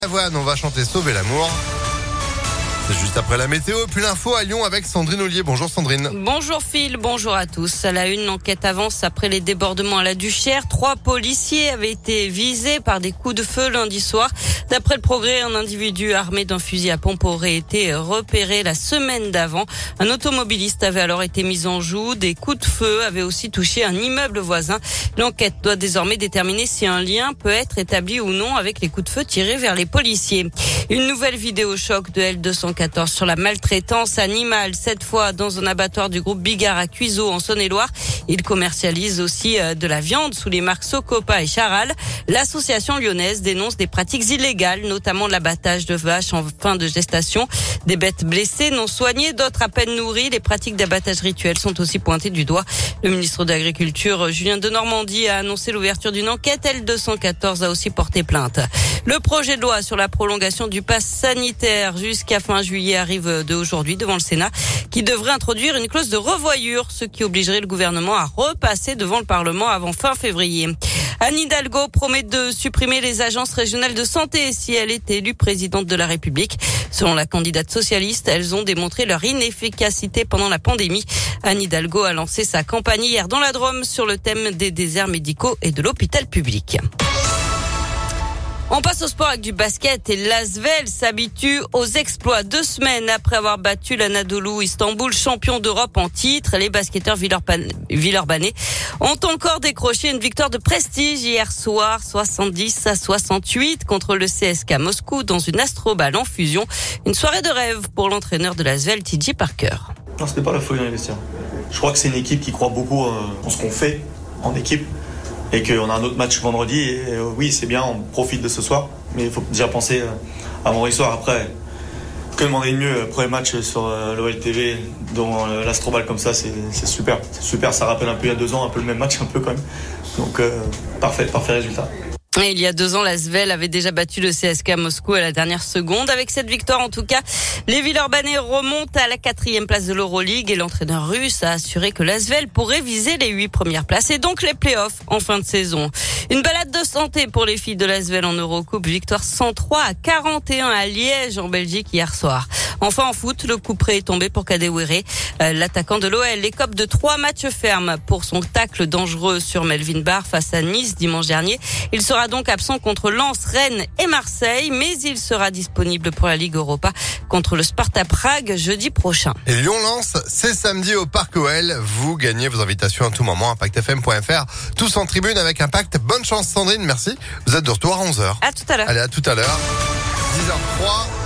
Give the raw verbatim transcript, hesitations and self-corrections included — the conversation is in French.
Avoine, on va chanter Sauver l'amour. C'est juste après la météo, puis l'info à Lyon avec Sandrine Ollier. Bonjour Sandrine. Bonjour Phil, bonjour à tous. À la une, l'enquête avance après les débordements à la Duchère. Trois policiers avaient été visés par des coups de feu lundi soir. D'après le Progrès, un individu armé d'un fusil à pompe aurait été repéré la semaine d'avant. Un automobiliste avait alors été mis en joue. Des coups de feu avaient aussi touché un immeuble voisin. L'enquête doit désormais déterminer si un lien peut être établi ou non avec les coups de feu tirés vers les policiers. Une nouvelle vidéo choc de L deux cent quatorze sur la maltraitance animale, cette fois dans un abattoir du groupe Bigard à Cuiseaux en Saône-et-Loire. Il commercialise aussi de la viande sous les marques Socopa et Charal. L'association lyonnaise dénonce des pratiques illégales, notamment l'abattage de vaches en fin de gestation, des bêtes blessées non soignées, d'autres à peine nourries. Les pratiques d'abattage rituel sont aussi pointées du doigt. Le ministre de l'Agriculture, Julien Denormandie, a annoncé l'ouverture d'une enquête. L deux cent quatorze a aussi porté plainte. Le projet de loi sur la prolongation du pass sanitaire jusqu'à fin juillet arrive de aujourd'hui devant le Sénat, qui devrait introduire une clause de revoyure, ce qui obligerait le gouvernement à repasser devant le Parlement avant fin février. Anne Hidalgo promet de supprimer les agences régionales de santé si elle est élue présidente de la République. Selon la candidate socialiste, elles ont démontré leur inefficacité pendant la pandémie. Anne Hidalgo a lancé sa campagne hier dans la Drôme sur le thème des déserts médicaux et de l'hôpital public. On passe au sport avec du basket et l'Asvel s'habitue aux exploits. Deux semaines après avoir battu l'Anadolu Istanbul, champion d'Europe en titre, les basketteurs villeurbanais ont encore décroché une victoire de prestige hier soir, soixante-dix à soixante-huit contre le C S K Moscou dans une Astrobal en fusion. Une soirée de rêve pour l'entraîneur de l'Asvel, T J Parker. Non, c'était pas la folie dans les vestiaires. Je crois que c'est une équipe qui croit beaucoup en ce qu'on fait en équipe. Et qu'on a un autre match vendredi, et euh, oui c'est bien, on profite de ce soir, mais il faut déjà penser euh, à vendredi soir. Après, que demander de mieux, premier match sur euh, l'O L T V, dans euh, l'Astrobal comme ça, c'est, c'est super, c'est super, ça rappelle un peu il y a deux ans, un peu le même match, un peu quand même, donc euh, parfait, parfait résultat. Et il y a deux ans, l'Asvel avait déjà battu le C S K Moscou à la dernière seconde. Avec cette victoire, en tout cas, les Villeurbanais remontent à la quatrième place de l'Euroleague et l'entraîneur russe a assuré que l'Asvel pourrait viser les huit premières places et donc les playoffs en fin de saison. Une balade de santé pour les filles de l'Asvel en Eurocoupe. Victoire cent trois à quarante et un à Liège en Belgique hier soir. Enfin en foot, le coup près est tombé pour Kadewere, euh, l'attaquant de l'O L. L'écope de trois matchs fermes pour son tacle dangereux sur Melvin Barr face à Nice dimanche dernier. Il sera donc absent contre Lens, Rennes et Marseille, mais il sera disponible pour la Ligue Europa contre le Sparta Prague jeudi prochain. Et Lyon-Lens, c'est samedi au Parc O L. Vous gagnez vos invitations à tout moment, impact f m point f r. Tous en tribune avec Impact. Bonne chance Sandrine, merci. Vous êtes de retour à onze heures. À tout à l'heure. Allez, à tout à l'heure. dix heures zéro trois.